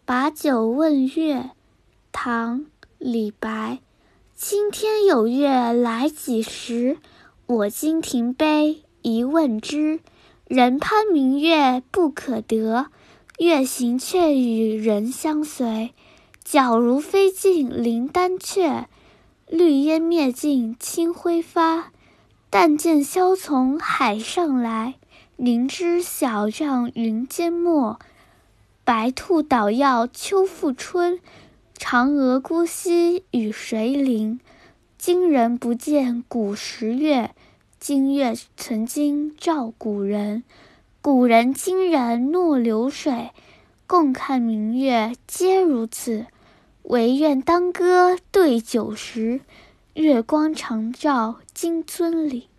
把酒问月，唐·李白。青天有月来几时？我今停杯一问之。人攀明月不可得，月行却与人相随。皎如飞尽林丹阙，绿烟灭尽清辉发。但见萧从海上来，宁知晓让云间没。白兔捣药秋复春，嫦娥孤栖与谁邻？今人不见古时月，今月曾经照古人。古人今人若流水，共看明月皆如此。唯愿当歌对酒时，月光长照金樽里。